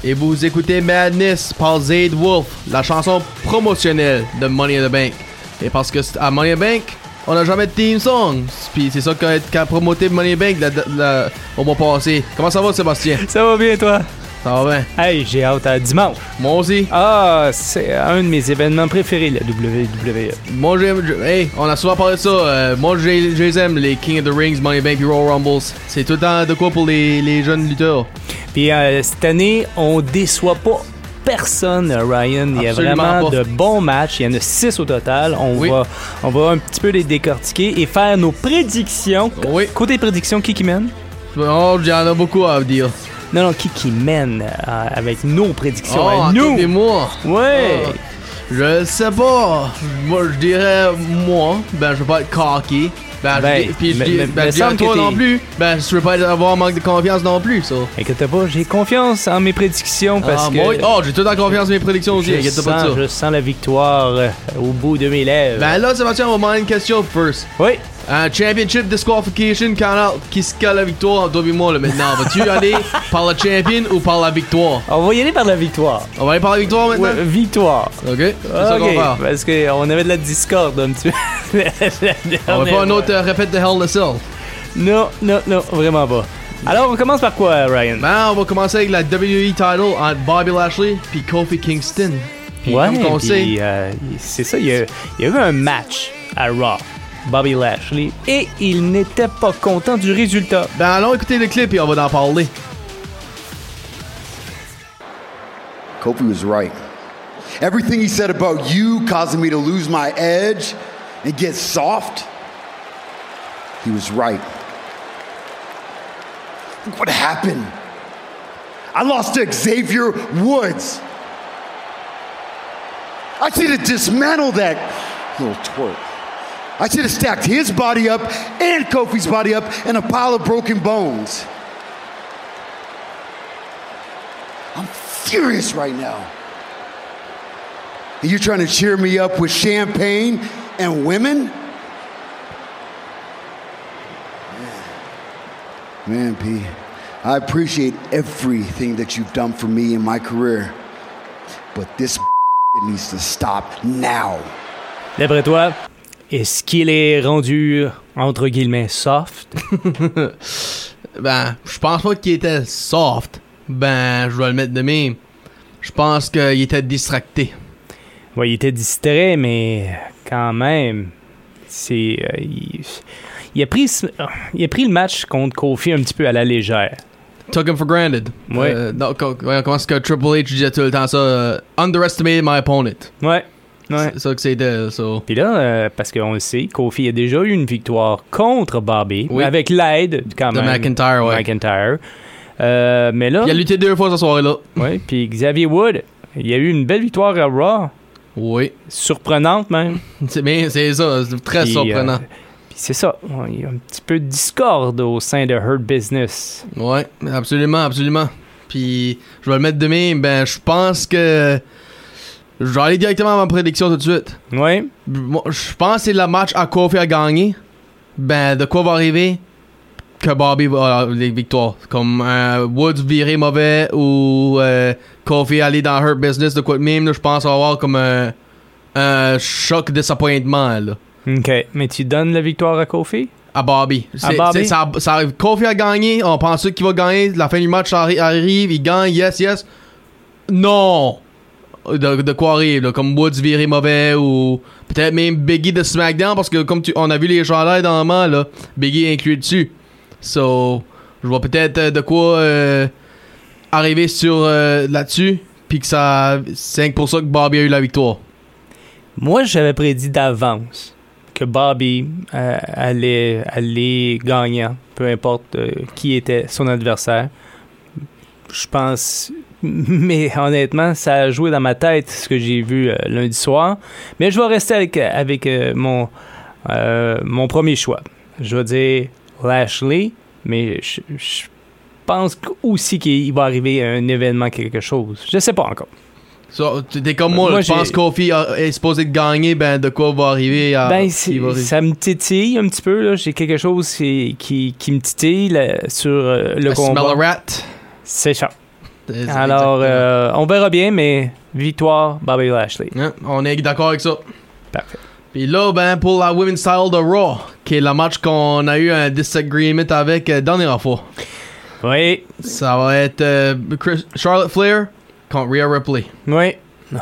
et vous écoutez Madness par Zayd Wolf, la chanson promotionnelle de Money in the Bank. Et parce que à Money in the Bank, on n'a jamais de theme song. Puis c'est ça qu'a promoté Money in the Bank au mois passé. Comment ça va, Sébastien? Ça va bien, toi? Ça va bien. Hey, j'ai hâte à dimanche. Moi aussi. Ah, c'est un de mes événements préférés, la WWE. Moi, on a souvent parlé de ça. Moi, j'aime les King of the Rings, Money in the Bank, Royal Rumbles. C'est tout le temps de quoi pour les jeunes lutteurs. Puis cette année, on déçoit pas personne, Ryan. Il y a vraiment de bons matchs. Il y en a 6 au total. On va un petit peu les décortiquer et faire nos prédictions. Oui. Côté prédictions, qui mène? Oh, il y en a beaucoup à dire. Non, qui mène avec nos prédictions. Oh, nous! Et moi. Ouais! Je sais pas. Moi, je dirais moi. Ben, je veux pas être cocky. Puis je dirais toi non plus. Ben, je veux pas avoir un manque de confiance non plus, ça. Inquiète pas, j'ai confiance en mes prédictions parce que... j'ai tout le temps confiance en mes prédictions aussi. Inquiète pas de ça. Je sens la victoire au bout de mes lèvres. Ben là, Sébastien, on va demander une question first. Oui. Championship disqualification, qui se cale la victoire entre toi et moi là, maintenant. Vas-tu aller par le champion ou par la victoire? On va y aller par la victoire. On va aller par la victoire maintenant? Ouais, victoire. Ok, c'est ça qu'on va faire. Parce qu'on avait de la discorde un petit peu. On va faire un autre répète de Hell in a Cell. Non, vraiment pas. Alors, on commence par quoi, Ryan? Ben, on va commencer avec la WWE title entre Bobby Lashley puis Kofi Kingston. Puis, comme on sait... c'est ça, il y a eu un match à Raw. Bobby Lashley, et il n'était pas content du résultat. Ben allons écouter le clip et on va en parler. Kofi was right. Everything he said about you causing me to lose my edge and get soft, he was right. Look what happened. I lost to Xavier Woods. I should have dismantled that little twerp. I should have stacked his body up and Kofi's body up in a pile of broken bones. I'm furious right now. And you're trying to cheer me up with champagne and women? Man, P, I appreciate everything that you've done for me in my career. But this needs to stop now. D'après toi, est-ce qu'il est rendu, entre guillemets, soft? Ben, je pense pas qu'il était soft. Ben, je vais le mettre de même. Je pense qu'il était distracté. Ouais, il était distrait, mais quand même, c'est... il a pris le match contre Kofi un petit peu à la légère. Took him for granted. Ouais. Comment est-ce que Triple H disait tout le temps ça? Underestimated my opponent. Ouais. C'est ça que c'était. Puis là, parce qu'on le sait, Kofi a déjà eu une victoire contre Bobby, avec l'aide quand même de McIntyre, ouais. Mais là... Il a lutté 2 fois ce soir-là. Oui, puis Xavier Wood, il a eu une belle victoire à Raw. Oui. Surprenante même. C'est ça, c'est très surprenant. Puis c'est ça, il y a un petit peu de discorde au sein de Hurt Business. Oui, absolument. Puis je vais le mettre de même, ben je pense que... Je vais aller directement à ma prédiction tout de suite. Oui. Je pense que c'est le match à Kofi a gagné. Ben, de quoi va arriver? Que Bobby va avoir les victoires. Comme Woods virer mauvais ou Kofi aller dans Hurt Business. De quoi de même, là, je pense qu'on va avoir comme un choc disappointement. Là. OK. Mais tu donnes la victoire à Kofi? À Bobby. Kofi a gagné. On pense qu'il va gagner. La fin du match arrive. Il gagne. Yes. Non! De quoi arrive, là, comme Woods virer mauvais ou peut-être même Biggie de SmackDown parce que comme on a vu les chandails dans le moment, là, Biggie est inclus dessus. So, je vois peut-être de quoi arriver sur là-dessus puis que c'est pour ça que Bobby a eu la victoire. Moi, j'avais prédit d'avance que Bobby allait gagnant, peu importe qui était son adversaire. Je pense... Mais honnêtement, ça a joué dans ma tête ce que j'ai vu lundi soir. Mais je vais rester avec mon premier choix. Je vais dire Lashley, mais je pense aussi qu'il va arriver un événement, quelque chose. Je sais pas encore. So, t'es comme moi je pense que Kofi est supposé de gagner, ben de quoi va arriver à... ça me titille un petit peu, là. J'ai quelque chose qui me titille sur le combat. Smell a rat. C'est ça. Alors, on verra bien, mais victoire, Bobby Lashley. Yeah, on est d'accord avec ça. Parfait. Puis là, ben, pour la Women's Title de Raw, qui est le match qu'on a eu un disagreement avec dernière fois. Oui. Ça va être Charlotte Flair contre Rhea Ripley. Oui.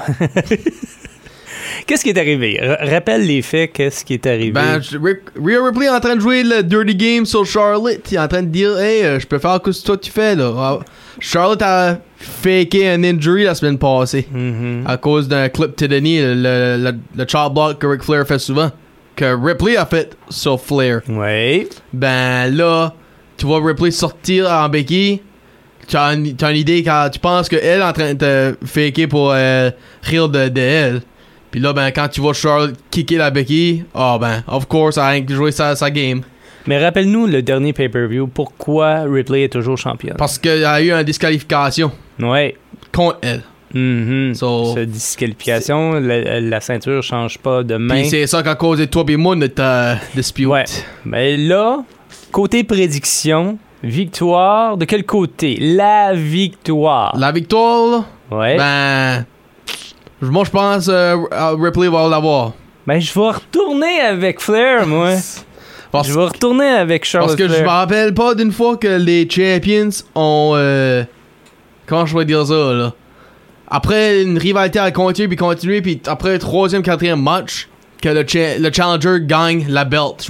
Qu'est-ce qui est arrivé? Rappelle les faits, qu'est-ce qui est arrivé? Ben, Rhea Ripley est en train de jouer le Dirty Game sur Charlotte. Il est en train de dire, hey, je peux faire ce que toi tu fais, là. Charlotte a faké un injury la semaine passée. À cause d'un clip Tidani, le chop block que Ric Flair fait souvent. Que Ripley a fait sur Flair. Oui. Ben là, tu vois Ripley sortir en béquille. Tu as une idée quand tu penses qu'elle est en train de te faker pour rire de elle. Puis là, ben, quand tu vois Charlotte kicker la béquille, ben, of course, elle a rien que joué sa game. Mais rappelle-nous le dernier pay-per-view, pourquoi Ripley est toujours championne? Parce qu'il y a eu une disqualification. Oui. Contre elle. Cette disqualification, la ceinture change pas de main. Puis c'est ça qu'à cause de toi et moi, notre dispute. Ouais. Mais là, côté prédiction, victoire, de quel côté? La victoire. La victoire, là? Ouais. Ben... Moi, je pense Ripley va l'avoir. Ben, je vais retourner avec Flair, moi. Je vais retourner avec Charlotte Flair. Parce que je me rappelle pas d'une fois que les Champions ont... comment je vais dire ça, là? Après une rivalité a continué, puis après le 3e, 4e match, que le challenger gagne la belt.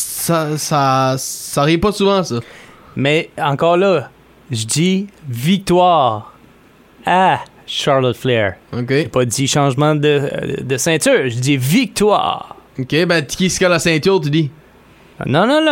Ça arrive pas souvent, ça. Mais, encore là, je dis victoire à Charlotte Flair. OK. J'ai pas dit changement de ceinture, je dis victoire. OK, ben qui est-ce qui a la ceinture, tu dis? Non. non.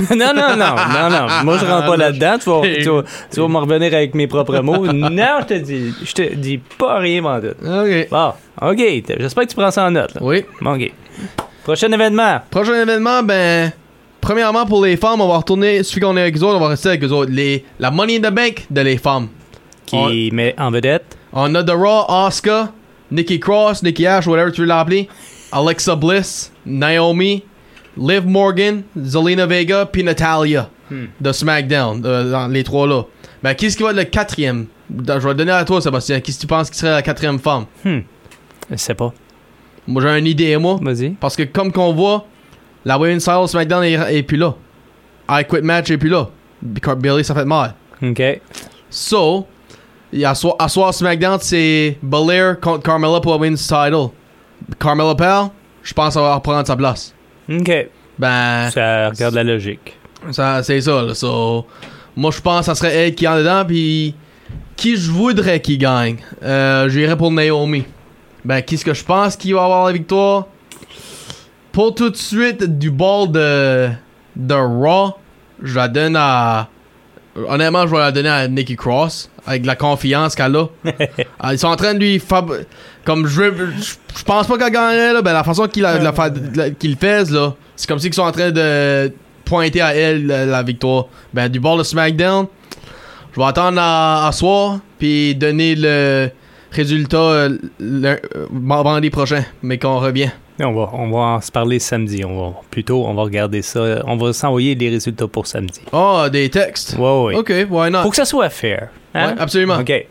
Moi, je rentre pas là-dedans. Tu vas me revenir avec mes propres mots. Non, je te dis pas rien, Mandut. OK. Bon, OK. J'espère que tu prends ça en note. Là. Oui. Bon, OK. Prochain événement, ben... Premièrement, pour les femmes, on va retourner... Celui qu'on est avec eux autres, on va rester avec eux autres. La Money in the Bank de les femmes. Qui met en vedette. On a The Raw, Asuka, Nikki Cross, Nikki Ash, whatever tu veux l'appeler, Alexa Bliss, Naomi, Liv Morgan, Zelina Vega, puis Natalia de SmackDown, dans les trois là. Ben, qui est-ce qui va être le 4e? Je vais le donner à toi, Sébastien. Qui est-ce que tu penses qui serait la 4e femme? Je sais pas. Moi, j'ai une idée, moi. Vas-y. Parce que comme qu'on voit, la Women's Title SmackDown est plus là. I Quit Match est plus là. Billy, ça fait mal. OK. So... À soir SmackDown, c'est Belair contre Carmella pour la Women's Title. Carmella perd, je pense qu'elle va reprendre sa place. OK. Ben... Ça regarde la logique. C'est ça, là. So, moi, je pense que ça serait elle qui est en dedans, puis qui je voudrais qu'il gagne? J'irais pour Naomi. Ben, qui est-ce que je pense qui va avoir la victoire? Pour tout de suite, du ball de Raw, je la donne à... Honnêtement, je vais la donner à Nikki Cross. Avec la confiance qu'elle a. Ils sont en train de lui comme je pense pas qu'elle gagnerait là, ben la façon qu'il le fait là, c'est comme si ils sont en train de pointer à elle la victoire. Ben du bord de SmackDown, je vais attendre à soir puis donner le résultat vendredi prochain, mais qu'on revient. On va en se parler samedi. On va regarder ça. On va s'envoyer les résultats pour samedi. Des textes? Ouais. OK, why not? Faut que ça soit fair. Hein? Ouais, absolument. OK.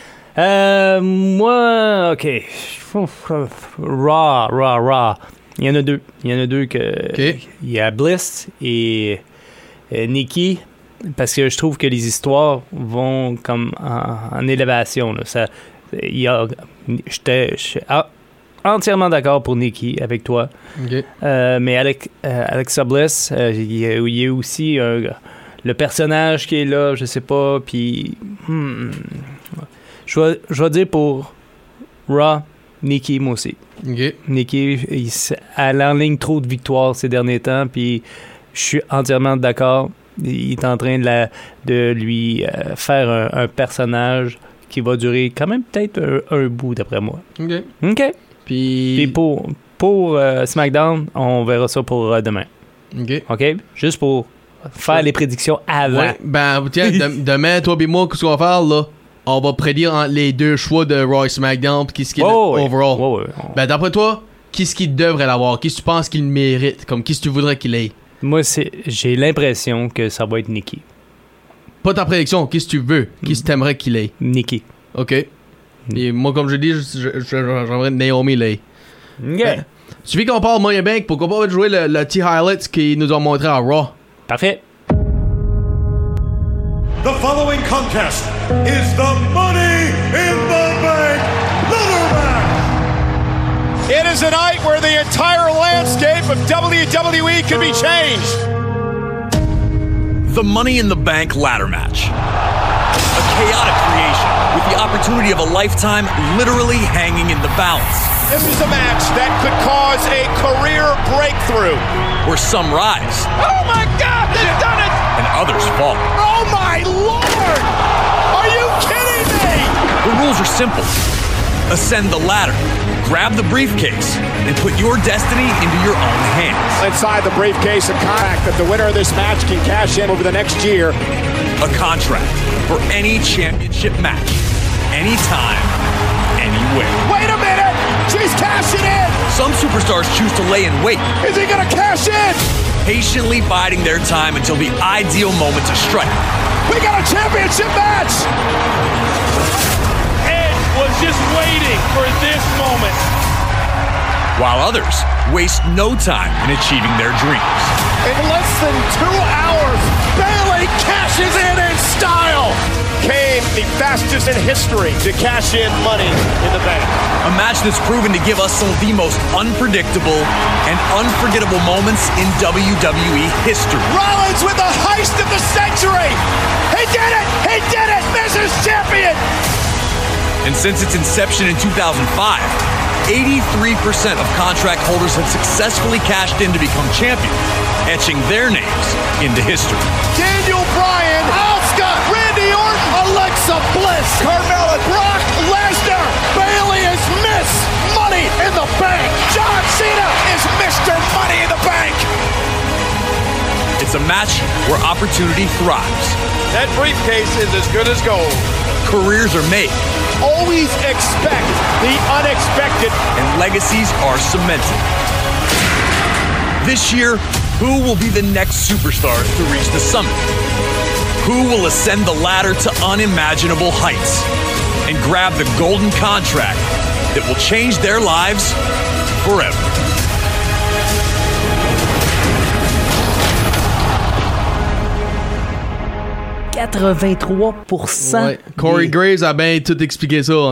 Moi, OK. Raw. Il y en a deux que... OK. Il y a Bliss et Nikki. Parce que je trouve que les histoires vont comme en élévation. Là. J'étais entièrement d'accord pour Nikki avec toi. Okay. Mais Alexa Bliss, il y a aussi le personnage qui est là, je sais pas. Puis je vais dire pour Raw, Nikki, moi aussi. Okay. Nikki, elle enligne trop de victoires ces derniers temps. Puis je suis entièrement d'accord. Il est en train de lui faire un personnage qui va durer quand même peut-être un bout d'après moi. OK. Puis pour SmackDown, on verra ça pour demain. OK? Juste pour faire les prédictions avant. Ouais, ben tiens, demain, toi et moi, qu'est-ce qu'on va faire là? On va prédire les deux choix de Raw et SmackDown puis qu'est-ce qui est overall. Ouais. Ben d'après toi, qu'est-ce qu'il devrait l'avoir? Qu'est-ce que tu penses qu'il mérite? Comme qu'est-ce que tu voudrais qu'il ait? Moi, j'ai l'impression que ça va être Nikki. Pas ta prédiction, qu'est-ce que tu veux? Qui t'aimerais qu'il ait? Nikki. OK. Et moi, comme je dis, j'aimerais Naomi Lay. OK. Ben, suffit qu'on parle Money Bank, pourquoi pas jouer le T-Highlights qu'ils nous ont montré à Raw? Parfait. The following contest is the Money in the Bank Ladder Match. It is a night where the entire landscape of WWE can be changed. The Money in the Bank Ladder Match. A chaotic creation with the opportunity of a lifetime literally hanging in the balance. This is a match that could cause a career breakthrough. Where some rise. Oh my God, they've done it! And others fall. Oh my Lord! Are you kidding me? The rules are simple. Ascend the ladder, grab the briefcase, and put your destiny into your own hands. Inside the briefcase, a contract that the winner of this match can cash in over the next year. A contract for any championship match, anytime, anywhere. Wait a minute! She's cashing in! Some superstars choose to lay in wait. Is he gonna cash in? Patiently biding their time until the ideal moment to strike. We got a championship match! Was just waiting for this moment. While others waste no time in achieving their dreams. In less than 2 hours, Bayley cashes in style. Kane, the fastest in history to cash in Money in the Bank. A match that's proven to give us some of the most unpredictable and unforgettable moments in WWE history. Rollins with the heist of the century. He did it! He did it! Mrs. Champion! And since its inception in 2005, 83% of contract holders have successfully cashed in to become champions, etching their names into history. Daniel Bryan, Asuka, Randy Orton, Alexa Bliss, Carmella, Brock Lesnar, Bayley is Miss Money in the Bank. John Cena is Mr. Money in the Bank. It's a match where opportunity thrives. That briefcase is as good as gold. Careers are made. Always expect the unexpected. And legacies are cemented. This year, who will be the next superstars to reach the summit? Who will ascend the ladder to unimaginable heights and grab the golden contract that will change their lives forever? Ouais. Corey Graves a bien tout expliqué ça. En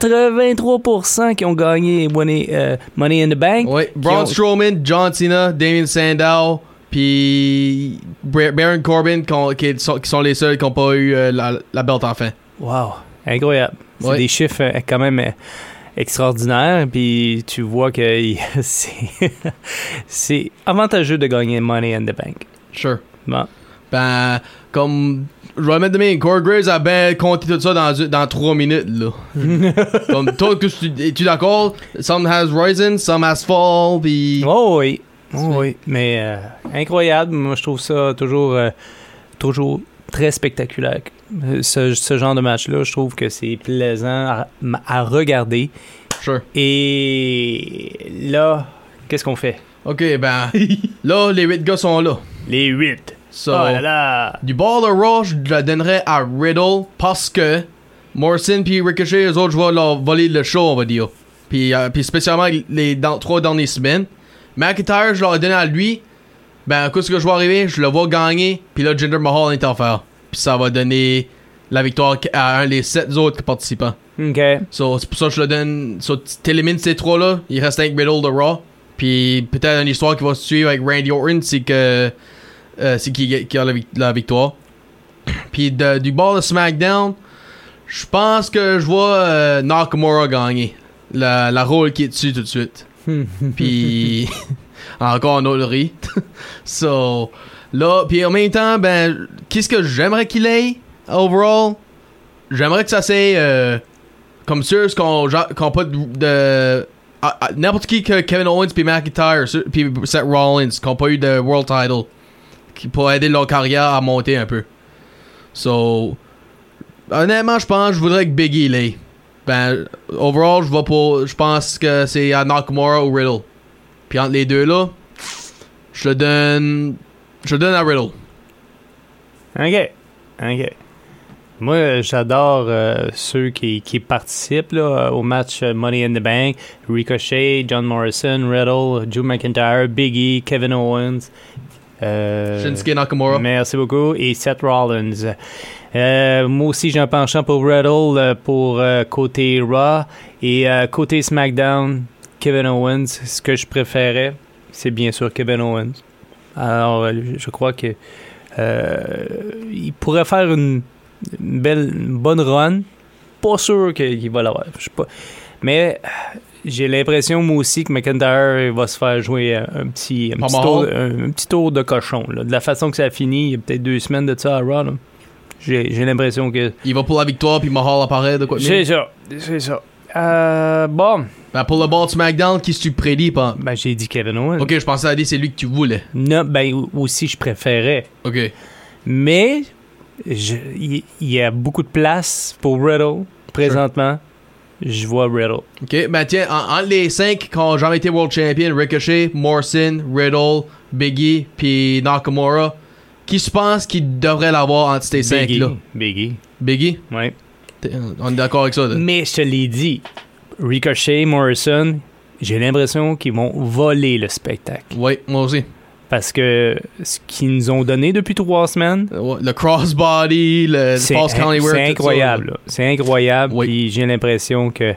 83% qui ont gagné Money in the Bank. Ouais. Braun Strowman, John Cena, Damien Sandow, puis Baron Corbin qui sont les seuls qui n'ont pas eu la belt enfin. Wow, incroyable. C'est ouais. Des chiffres quand même extraordinaires. Puis tu vois que c'est avantageux de gagner Money in the Bank. Sure. Bon. Ben, comme je vais le mettre de main, Corey Graves a bien compté tout ça dans 3 minutes, là. Comme toi, es-tu d'accord? Some has risen, some has fall, puis... Oh oui. Oh oui. Mais incroyable. Moi, je trouve ça toujours très spectaculaire. Ce genre de match-là, je trouve que c'est plaisant à regarder. Sure. Et là, qu'est-ce qu'on fait? OK, ben, là, les 8 gars sont là. Les 8. So, oh là là. Du bord de Raw, je le donnerais à Riddle parce que Morrison puis Ricochet, eux autres, je vais leur voler le show, on va dire. Puis spécialement les 3 dernières semaines. McIntyre, je leur ai donné à lui. Ben, qu'est-ce que je vais arriver? Je le vois gagner. Puis là, Jinder Mahal est en faire. Puis ça va donner la victoire à un des 7 autres participants. OK. So, c'est pour ça que je le donne. So, t'élimines ces 3-là. Il reste avec Riddle de Raw. Puis peut-être une histoire qui va se suivre avec Randy Orton, c'est que c'est qui a la victoire. Puis du bord de SmackDown, je pense que je vois Nakamura gagner. La rôle qui est dessus tout de suite. Puis encore un autre riz. So là, puis en même temps, ben, qu'est-ce que j'aimerais qu'il ait overall? J'aimerais que ça c'est comme sûr qu'on pas de n'importe qui que Kevin Owens puis McIntyre puis Seth Rollins qui n'ont pas eu de World Title qui pourrait aider leur carrière à monter un peu. So honnêtement, je voudrais que Biggie l'ait. Ben overall, je pense que c'est à Nakamura ou Riddle. Puis entre les deux là, je le donne à Riddle. OK. OK. Moi, j'adore ceux qui participent là, au match Money in the Bank. Ricochet, John Morrison, Riddle, Drew McIntyre, Big E, Kevin Owens. Shinsuke Nakamura. Merci beaucoup. Et Seth Rollins. Moi aussi, j'ai un penchant pour Riddle pour côté Raw. Et côté SmackDown, Kevin Owens. Ce que je préférais, c'est bien sûr Kevin Owens. Alors, je crois que il pourrait faire une bonne run. Pas sûr qu'il va l'avoir. Mais j'ai l'impression, moi aussi, que McIntyre va se faire jouer un petit tour de cochon. Là. De la façon que ça a fini, il y a peut-être 2 semaines de ça à Raw. Là. J'ai l'impression que... Il va pour la victoire, puis Mahal apparaît de quoi de C'est ça. Bon. Ben, pour le ball de SmackDown, qui tu prédis, pas? Ben, j'ai dit Kevin Owens. Ok, je pensais à dire c'est lui que tu voulais. Non, ben, aussi, je préférais. Ok. Mais, il y a beaucoup de place pour Riddle, présentement. Sure. Je vois Riddle. Ok, ben tiens, entre les 5 qui ont jamais été World Champion, Ricochet, Morrison, Riddle, Big E, puis Nakamura, qui se pense qu'il devrait l'avoir entre ces 5-là? Big E? Oui. On est d'accord avec ça, là. Mais je te l'ai dit, Ricochet, Morrison, j'ai l'impression qu'ils vont voler le spectacle. Oui, moi aussi. Parce que ce qu'ils nous ont donné depuis 3 semaines... Le crossbody, le false count anywhere... C'est incroyable. Là. C'est incroyable. Oui. Puis j'ai l'impression que...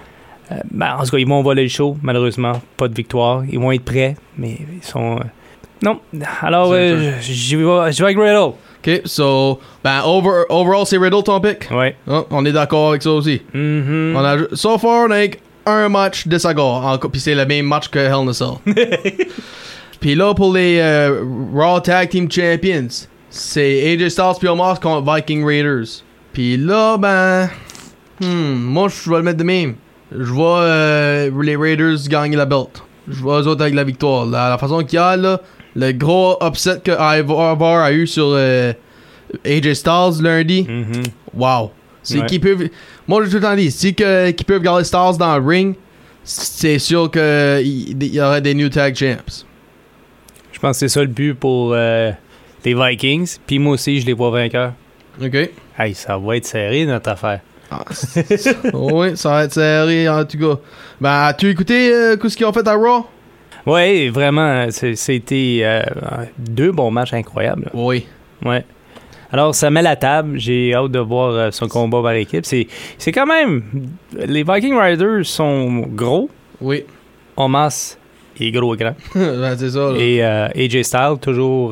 en tout cas, ils vont voler le show, malheureusement. Pas de victoire. Ils vont être prêts, mais ils sont... Non. Alors, je vais avec Riddle. OK, so... Ben, overall, c'est Riddle ton pick? Ouais. Oh, on est d'accord avec ça aussi. Mm-hmm. So far, on a un match de Sagar. Puis c'est le même match que Hell in a Cell. Puis là, pour les Raw Tag Team Champions, c'est AJ Styles puis Omos contre Viking Raiders. Puis là, ben... moi, je vais le mettre de même. Je vois les Raiders gagner la belt. Je vois eux autres avec la victoire. La façon qu'il y a, là, le gros upset que Ivar a eu sur AJ Styles lundi, wow. C'est qu'ils peuvent... Moi, j'ai tout le temps dit, si qu'ils peuvent garder Styles dans le ring, c'est sûr qu'il y aurait des New Tag Champs. Je pense que c'est ça le but pour les Vikings. Puis moi aussi, je les vois vainqueurs. OK. Hey, ça va être serré, notre affaire. Oui, ça va être serré, en tout cas. Ben, as-tu écouté ce qu'ils ont fait à Raw? Oui, vraiment. C'était 2 bons matchs incroyables. Oui. Ouais. Alors, ça met la table. J'ai hâte de voir son combat par équipe. C'est quand même... Les Viking Riders sont gros. Oui. Omos est gros et grand. Ben, c'est ça. Là. Et AJ Styles, toujours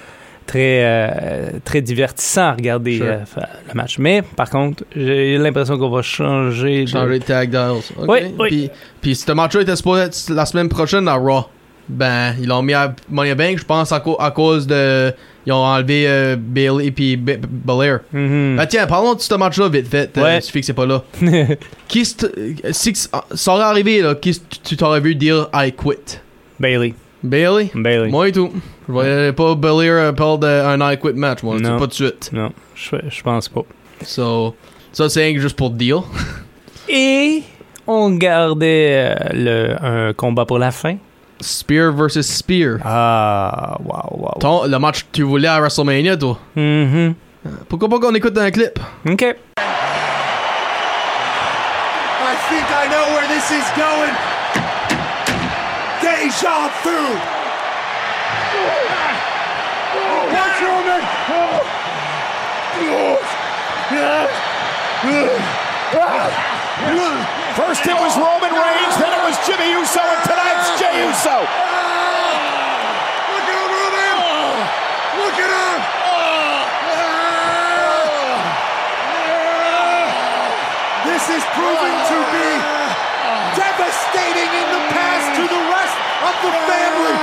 très divertissant à regarder le match. Mais, par contre, j'ai l'impression qu'on va changer de tag dials. Okay. Oui. Puis ce match-là était supposé être la semaine prochaine à Raw. Ben, ils l'ont mis à Money in the Bank, je pense, à cause de... Ils ont enlevé Bailey et Belair. Ben tiens, parlons de ce match-là vite fait. Il suffit que c'est pas là. Si ça aurait arrivé, là, qui tu t'aurais vu dire « I quit ». Bailey. Moi et tout. Je voyais pas Belair parler d'un I quit match, moi. Non. Pas de suite. Non, je pense pas. Ça, c'est juste pour deal. Et on gardait un combat pour la fin. Spear versus Spear. Ah, wow. Le match que tu voulais à WrestleMania, toi. Pourquoi pas qu'on écoute un clip? OK. I think I know where this is going. Deja vu. Watch Roman. First it was Roman Reigns, then it was Jimmy Uso, and tonight's Jey Uso. Look at him, Roman! Look at him! This is proving to be devastating in the past to the rest of the family.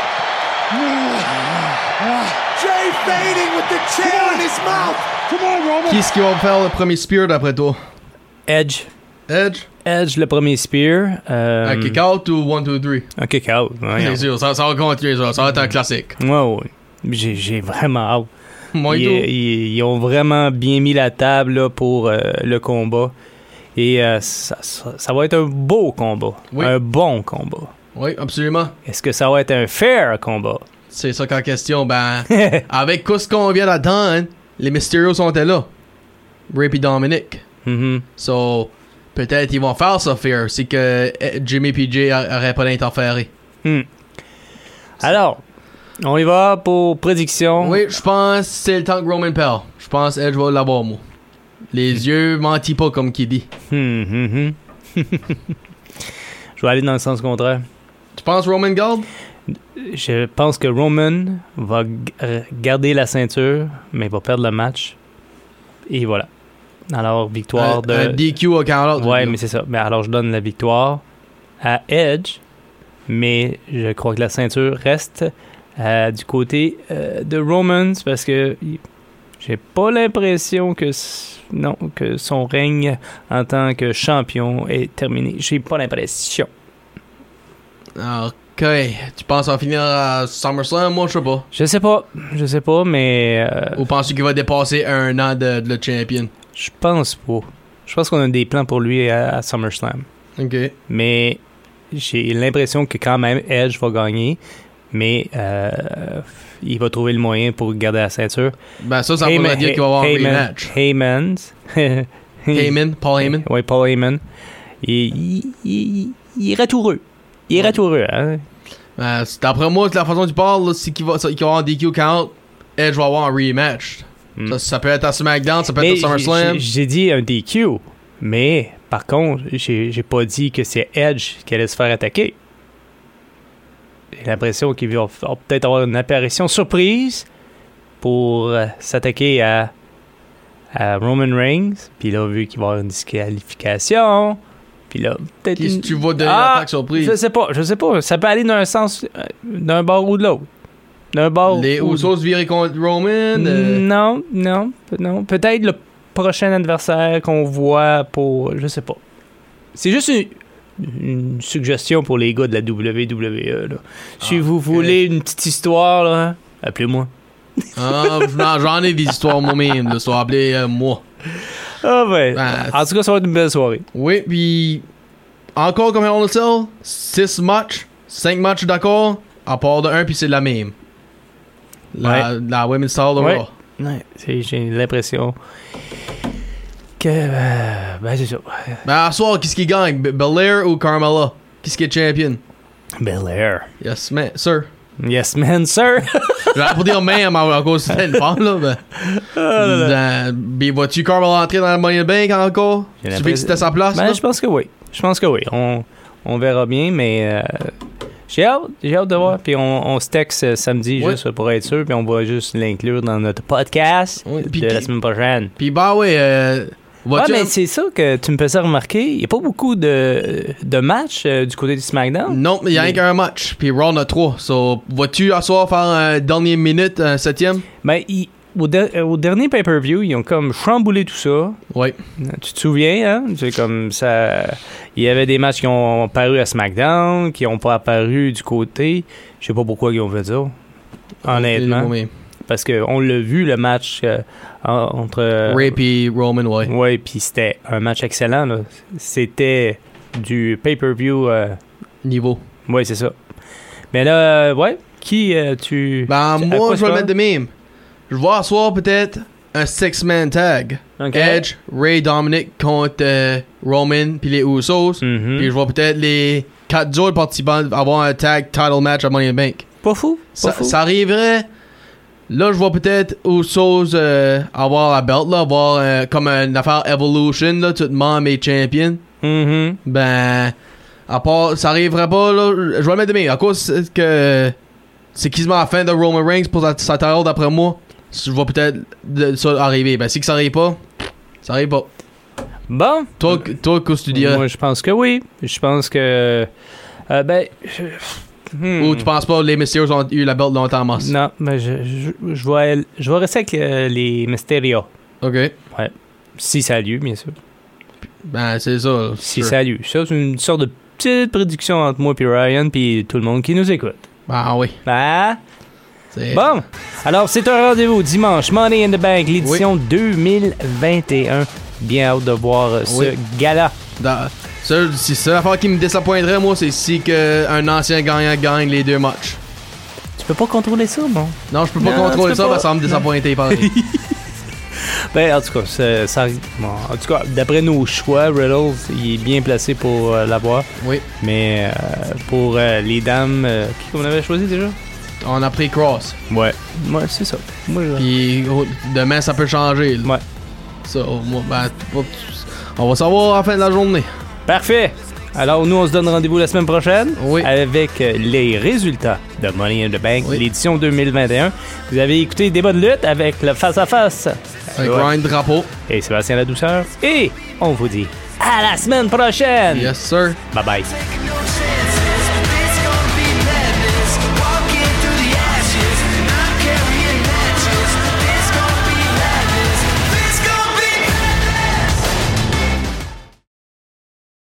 Jay fading with the chair in his mouth. Come on, Roman. Qui est-ce qui va faire le premier Spear d'après toi? Edge, le premier Spear. Un kick-out ou 1, 2, 3? Un kick-out. C'est sûr, ça va continuer, ça va être un classique. Ouais. J'ai vraiment hâte. Moi et tout. Ils ont vraiment bien mis la table là, pour le combat. Et ça va être un beau combat. Oui. Un bon combat. Oui, absolument. Est-ce que ça va être un fair combat? C'est ça qu'en question. Ben, avec ce qu'on vient d'attendre, les Mysterios sont là. Ray et Dominic. Mm-hmm. So, peut-être ils vont faire ça faire si que Jimmy PJ n'aurait pas d'interférer. Alors, on y va pour prédiction. Oui, je pense que c'est le temps que Roman perd. Je pense Edge va l'avoir, moi. Les yeux mentent pas, comme qui dit. Je vais aller dans le sens contraire. Tu penses Roman garde? Je pense que Roman va garder la ceinture, mais il va perdre le match. Et voilà. Alors, victoire de... Un DQ au count-out. Ouais, mais c'est ça. Mais alors, je donne la victoire à Edge, mais je crois que la ceinture reste du côté de Roman, parce que j'ai pas l'impression que son règne en tant que champion est terminé. J'ai pas l'impression. Ok. Tu penses en finir à SummerSlam? Moi, je sais pas. Je sais pas, mais... Ou penses-tu qu'il va dépasser 1 an de le champion? Je pense pas. Je pense qu'on a des plans pour lui à SummerSlam. Ok. Mais j'ai l'impression que quand même Edge va gagner, mais il va trouver le moyen pour garder la ceinture. Ben ça voudrait dire qu'il va avoir un rematch. Paul Heyman. Oui, Paul Heyman. Il est ratoureux. Il est ratoureux, hein? D'après moi, la façon dont tu parles, c'est qu'il va avoir un DQ count, Edge va avoir un rematch. Ça peut être à SmackDown, ça peut être à SummerSlam. J'ai dit un DQ, mais par contre, j'ai pas dit que c'est Edge qui allait se faire attaquer. J'ai l'impression qu'il va peut-être avoir une apparition surprise pour s'attaquer à Roman Reigns. Puis là, vu qu'il va y avoir une disqualification, puis là, peut-être... Qu'est-ce que tu vas donner l'attaque surprise? Je sais pas. Ça peut aller dans un sens, d'un bord ou de l'autre. Les Usos virer contre Roman? Non. Peut-être le prochain adversaire qu'on voit pour... Je sais pas. C'est juste une suggestion pour les gars de la WWE. Là. Si vous voulez une petite histoire, là, appelez-moi. J'en ai des histoires moi-même. Là, soit appelé moi. Ah ouais. En tout cas, ça va être une belle soirée. Oui, puis encore comme on le sait, 6 matchs, 5 matchs d'accord, à part de 1, puis c'est la même. La Women's Title de Raw. Ouais, j'ai l'impression que... c'est ça. À soir, qu'est-ce qui gagne? Belair ou Carmella? Qu'est-ce qui est champion? Belair. Yes, man, sir. Yes, man, sir. J'aurais pas dire même à cause de une femme, là. Vas-tu Carmella entrer dans le Money in the Bank encore? Tu veux que c'était sa place? Je pense que oui. On verra bien, mais... J'ai hâte de voir. Puis on se texte samedi juste pour être sûr. Puis on va juste l'inclure dans notre podcast de la semaine prochaine. Puis mais c'est ça que tu me faisais remarquer. Il n'y a pas beaucoup de matchs du côté du SmackDown. Non, il n'y a rien qu'un match. Puis Raw en a 3. So, vas-tu à soir faire un dernier minute, un 7e? Ben, au dernier pay-per-view, ils ont comme chamboulé tout ça. Oui. Tu te souviens, hein? C'est comme ça. Il y avait des matchs qui ont apparu à SmackDown, qui n'ont pas apparu du côté. Je sais pas pourquoi ils ont fait ça. Honnêtement. Parce qu'on l'a vu, le match entre... Ray et Roman, ouais. Oui, puis c'était un match excellent, là. C'était du pay-per-view... Niveau. Oui, c'est ça. Mais là, qui tu... Moi, je vais le mettre de même. Je vais asseoir peut-être un 6-man tag. Okay. Edge, Ray, Dominic contre Roman puis les Usos. Puis je vais peut-être les 4 autres participants avoir un tag title match à Money in the Bank. Pas fou. Ça arriverait. Là, je vais peut-être Usos avoir la belt, là, avoir comme une affaire Evolution, là, tout le monde est champion. Ben, à part, ça arriverait pas, là. Je vais le mettre de même. À cause que c'est quasiment la fin de Roman Reigns pour sa title, d'après moi. Je vois peut-être ça arriver. Ben, si ça arrive pas, ça arrive pas. Bon. Toi, qu'est-ce que tu dirais? Moi, je pense que oui. Je pense que... Ou tu penses pas que les Mysterios ont eu la belt longtemps, Moss? Non, mais je vais rester avec les Mysterio. OK. Ouais. Si ça a lieu, bien sûr. Ben, c'est ça. Si ça a lieu. Ça, c'est une sorte de petite prédiction entre moi et Ryan puis tout le monde qui nous écoute. Ben oui. Bon, alors c'est un rendez-vous dimanche, Money in the Bank, l'édition 2021. Bien hâte de voir ce gala. C'est ça l'affaire qui me désappointerait, moi, c'est si un ancien gagnant gagne les 2 matchs. Tu peux pas contrôler ça, bon? Non, je peux pas contrôler ça, parce que ça va me désappointer pareil. Ben, en tout cas, en tout cas, d'après nos choix, Riddle, il est bien placé pour l'avoir. Oui. Mais pour les dames, qui qu'on avait choisi déjà? On a pris Cross. Ouais, c'est ça. Puis demain, ça peut changer. Là. Ouais. Ça, on va savoir à la fin de la journée. Parfait. Alors, nous, on se donne rendez-vous la semaine prochaine avec les résultats de Money in the Bank, l'édition 2021. Vous avez écouté Débat de lutte avec le face-à-face. Avec Ryan Drapeau. Et Sébastien Ladouceur. Et on vous dit à la semaine prochaine. Yes, sir. Bye-bye.